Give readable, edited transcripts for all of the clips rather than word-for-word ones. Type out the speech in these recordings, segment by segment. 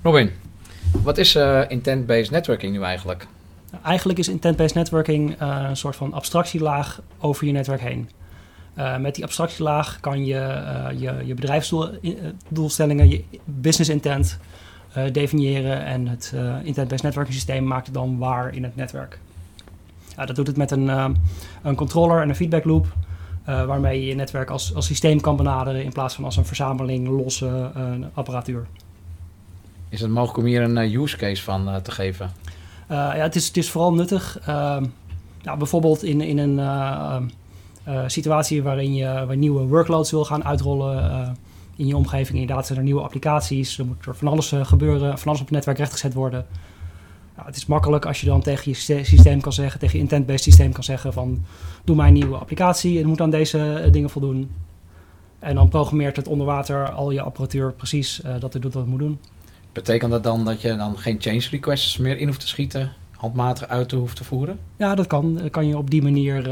Robin, wat is intent-based networking nu eigenlijk? Eigenlijk is intent-based networking een soort van abstractielaag over je netwerk heen. Met die abstractielaag kan je bedrijfsdoelstellingen, je business intent definiëren en het intent-based networking systeem maakt het dan waar in het netwerk. Dat doet het met een controller en een feedback loop, waarmee je je netwerk als systeem kan benaderen in plaats van als een verzameling losse apparatuur. Is het mogelijk om hier een use case van te geven? Het is vooral nuttig. Bijvoorbeeld in een situatie waarin je nieuwe workloads wil gaan uitrollen in je omgeving. Inderdaad zijn er nieuwe applicaties. Er moet er van alles gebeuren, van alles op het netwerk rechtgezet worden. Het is makkelijk als je dan tegen je systeem kan zeggen, tegen je intent-based systeem kan zeggen van doe mij een nieuwe applicatie en het moet aan deze dingen voldoen. En dan programmeert het onder water al je apparatuur precies dat het doet wat het moet doen. Betekent dat dan dat je dan geen change requests meer in hoeft te schieten, handmatig uit hoeft te voeren? Ja, dat kan. Dan kan je op die manier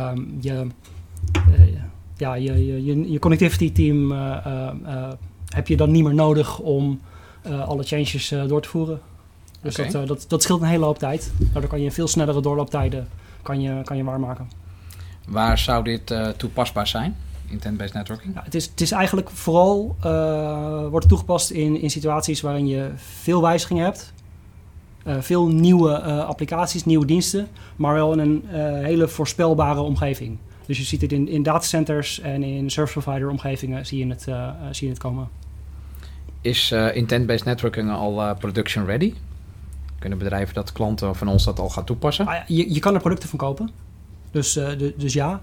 je connectivity team heb je dan niet meer nodig om alle changes door te voeren. Dus Okay. Dat scheelt een hele hoop tijd. Daardoor kan je veel snellere doorlooptijden kan je waarmaken. Waar zou dit toepasbaar zijn? Intent-based networking? Ja, het is eigenlijk vooral wordt het toegepast in situaties waarin je veel wijzigingen hebt. Veel nieuwe applicaties, nieuwe diensten, maar wel in een hele voorspelbare omgeving. Dus je ziet het in datacenters en in service provider omgevingen zie je het komen. Is intent-based networking al production ready? Kunnen bedrijven dat klanten van ons dat al gaan toepassen? Je kan er producten van kopen. Dus ja.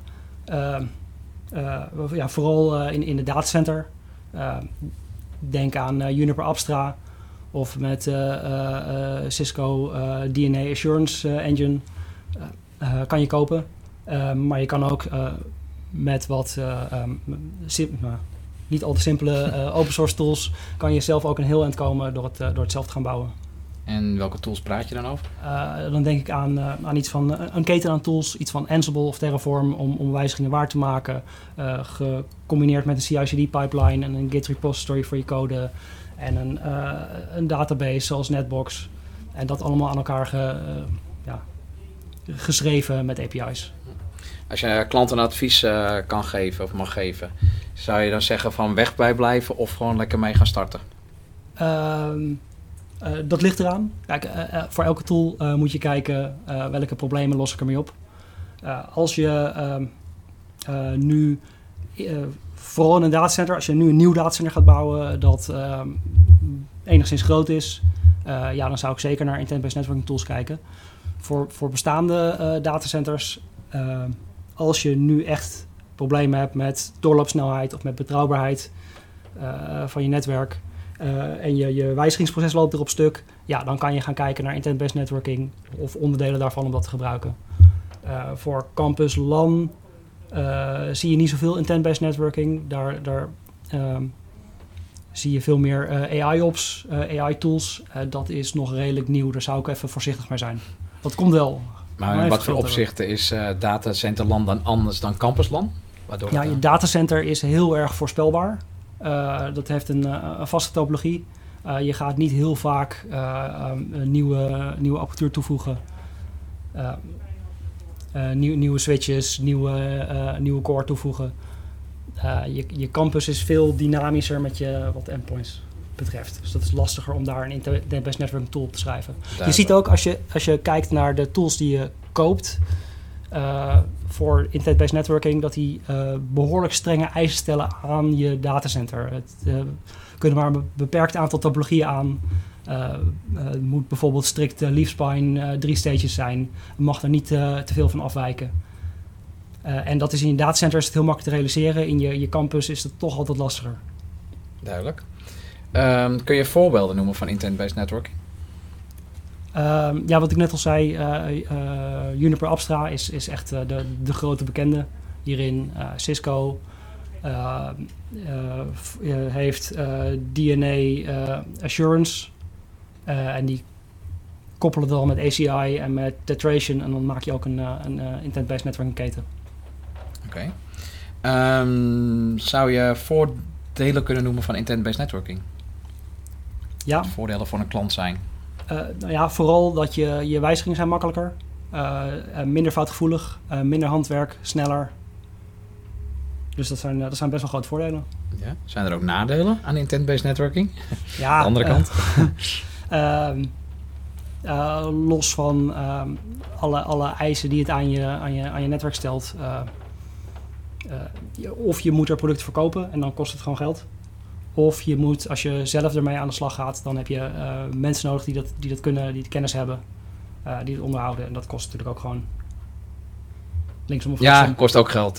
Vooral in de datacenter. Denk aan Juniper Apstra of met Cisco DNA Assurance Engine kan je kopen. Maar je kan ook met wat niet al te simpele open source tools kan je zelf ook een heel eind komen door het zelf te gaan bouwen. En welke tools praat je dan over? Dan denk ik aan iets van een keten aan tools, iets van Ansible of Terraform om wijzigingen waar te maken. Gecombineerd met een CI/CD-pipeline en een Git repository voor je code. En een database zoals Netbox. En dat allemaal aan elkaar geschreven met API's. Als je klanten een advies kan geven of mag geven, zou je dan zeggen van weg bij blijven of gewoon lekker mee gaan starten? Dat ligt eraan. Kijk, voor elke tool moet je kijken welke problemen los ik ermee op. Als je nu, vooral in een datacenter, als je nu een nieuw datacenter gaat bouwen dat enigszins groot is, dan zou ik zeker naar intent-based networking tools kijken. Voor bestaande datacenters, als je nu echt problemen hebt met doorloopsnelheid of met betrouwbaarheid van je netwerk, en je wijzigingsproces loopt erop stuk, dan kan je gaan kijken naar intent-based networking of onderdelen daarvan om dat te gebruiken. Voor campus LAN zie je niet zoveel intent-based networking. Daar zie je veel meer AI-ops, AI-tools. Dat is nog redelijk nieuw, daar zou ik even voorzichtig mee zijn. Dat komt wel. Maar in wat voor opzichten is datacenter LAN dan anders dan campus LAN? Je datacenter is heel erg voorspelbaar. Dat heeft een vaste topologie. Je gaat niet heel vaak nieuwe apparatuur toevoegen. Nieuwe switches, nieuwe core toevoegen. Je campus is veel dynamischer met wat endpoints betreft. Dus dat is lastiger om daar een intent-based networking tool op te schrijven. Duidelijk. Je ziet ook als je kijkt naar de tools die je koopt voor intent-based networking, dat die behoorlijk strenge eisen stellen aan je datacenter. Het kunnen maar een beperkt aantal topologieën aan. Het moet bijvoorbeeld strikt leaf-spine 3 stages zijn. Het mag er niet te veel van afwijken. En dat is in je datacenter is het heel makkelijk te realiseren. In je campus is het toch altijd lastiger. Duidelijk. Kun je voorbeelden noemen van intent-based networking? Wat ik net al zei, Juniper Apstra is echt de grote bekende hierin. Cisco heeft DNA Assurance en die koppelen het al met ACI en met Tetration en dan maak je ook een intent-based networking keten. Oké. Zou je voordelen kunnen noemen van intent-based networking? Ja. Voordelen voor een klant zijn? Nou ja, vooral dat je wijzigingen zijn makkelijker. Minder foutgevoelig, minder handwerk, sneller. Dus dat zijn best wel grote voordelen. Ja. Zijn er ook nadelen aan intent-based networking? Ja, de andere kant? Los van alle eisen die het aan je netwerk stelt. Of je moet er producten verkopen en dan kost het gewoon geld. Of je moet, als je zelf ermee aan de slag gaat, dan heb je mensen nodig die dat kunnen, die de kennis hebben, die het onderhouden. En dat kost natuurlijk ook gewoon linksom of rechtsom. Ja, kost ook geld.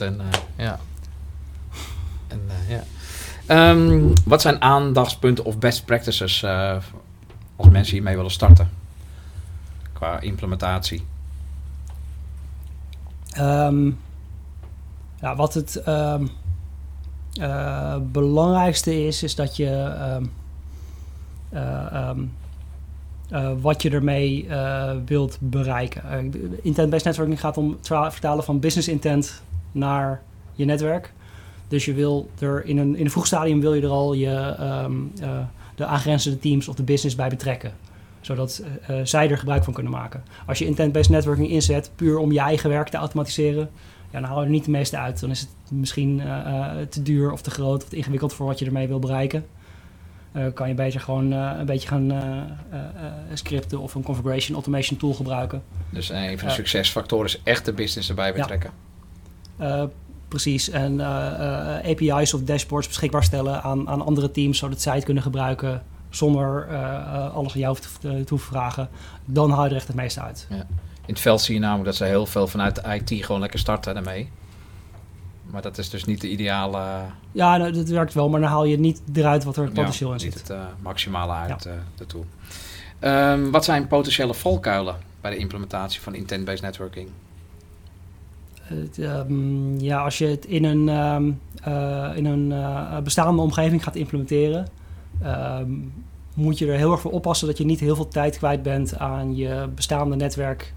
Wat zijn aandachtspunten of best practices als mensen hiermee willen starten? Qua implementatie. Wat het belangrijkste is dat je wat je ermee wilt bereiken. Intent-based networking gaat om het vertalen van business intent naar je netwerk. Dus je wil er in een vroeg stadium wil je er al de aangrenzende teams of de business bij betrekken. Zodat zij er gebruik van kunnen maken. Als je intent-based networking inzet puur om je eigen werk te automatiseren, ja, dan haal je er niet de meeste uit. Dan is het misschien te duur of te groot of te ingewikkeld voor wat je ermee wil bereiken. Kan je beter gewoon een beetje gaan scripten of een configuration automation tool gebruiken. Dus een van de succesfactoren is echt de business erbij betrekken. Ja. Precies. En API's of dashboards beschikbaar stellen aan andere teams, zodat zij het kunnen gebruiken zonder alles aan jou te vragen. Dan haal je er echt het meeste uit. Ja. In het veld zie je namelijk dat ze heel veel vanuit de IT gewoon lekker starten daarmee. Maar dat is dus niet de ideale... Ja, dat werkt wel, maar dan haal je niet eruit wat er potentieel in zit. Niet het maximale uit de tool. Wat zijn potentiële valkuilen bij de implementatie van intent-based networking? Als je het in een bestaande omgeving gaat implementeren, moet je er heel erg voor oppassen dat je niet heel veel tijd kwijt bent aan je bestaande netwerk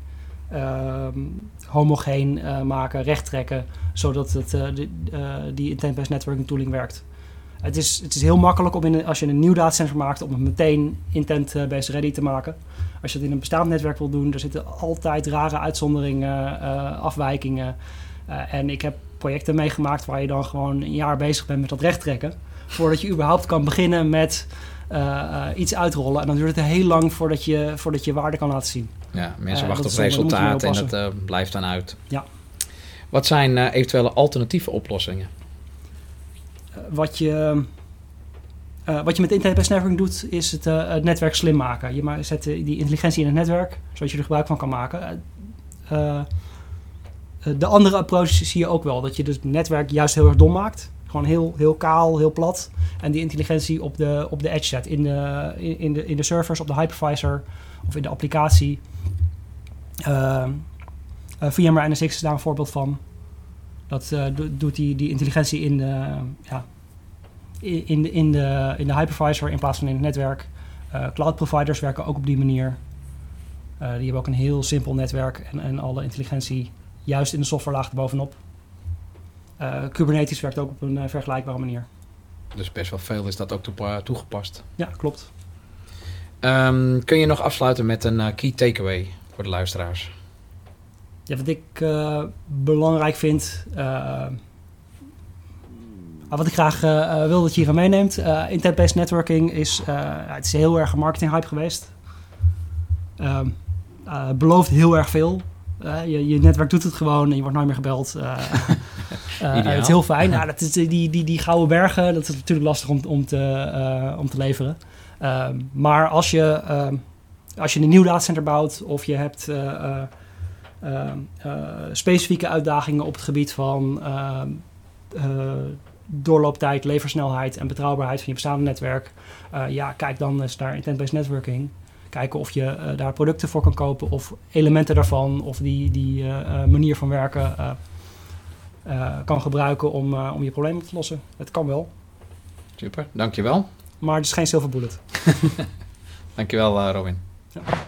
homogeen maken, recht trekken, zodat die intent-based networking tooling werkt. Het is heel makkelijk om als je een nieuw datacenter maakt, om het meteen intent-based ready te maken. Als je het in een bestaand netwerk wil doen, er zitten altijd rare uitzonderingen, afwijkingen. En ik heb projecten meegemaakt waar je dan gewoon een jaar bezig bent met dat recht trekken, voordat je überhaupt kan beginnen met iets uitrollen. En dan duurt het heel lang voordat je waarde kan laten zien. Ja, mensen wachten op resultaat en het blijft dan uit. Ja. Wat zijn eventuele alternatieve oplossingen? Wat je met intent-based networking doet, is het netwerk slim maken. Je zet die intelligentie in het netwerk, zodat je er gebruik van kan maken. De andere approach zie je ook wel. Dat je dus het netwerk juist heel erg dom maakt. Gewoon heel kaal, heel plat. En die intelligentie op de edge zet. In de servers, op de hypervisor of in de applicatie. VMware NSX is daar een voorbeeld van. Dat doet die intelligentie in de hypervisor in plaats van in het netwerk. Cloud providers werken ook op die manier. Die hebben ook een heel simpel netwerk en alle intelligentie juist in de softwarelaag erbovenop. Kubernetes werkt ook op een vergelijkbare manier. Dus best wel veel is dat ook toegepast. Ja, klopt. Kun je nog afsluiten met een key takeaway voor de luisteraars? Ja, wat ik belangrijk vind, wat ik graag wil dat je hiervan meeneemt. Intent-based networking het is heel erg een marketinghype geweest. Belooft heel erg veel. Je netwerk doet het gewoon en je wordt nooit meer gebeld. Het is heel fijn. Dat is die gouden bergen, dat is natuurlijk lastig om te leveren. Maar als je een nieuw datacenter bouwt of je hebt specifieke uitdagingen op het gebied van doorlooptijd, leversnelheid en betrouwbaarheid van je bestaande netwerk, kijk dan eens naar intent-based networking. Kijken of je daar producten voor kan kopen of elementen daarvan of die manier van werken kan gebruiken om je probleem op te lossen. Het kan wel. Super, dankjewel. Maar het is geen silver bullet. Dankjewel, Robin. Ja.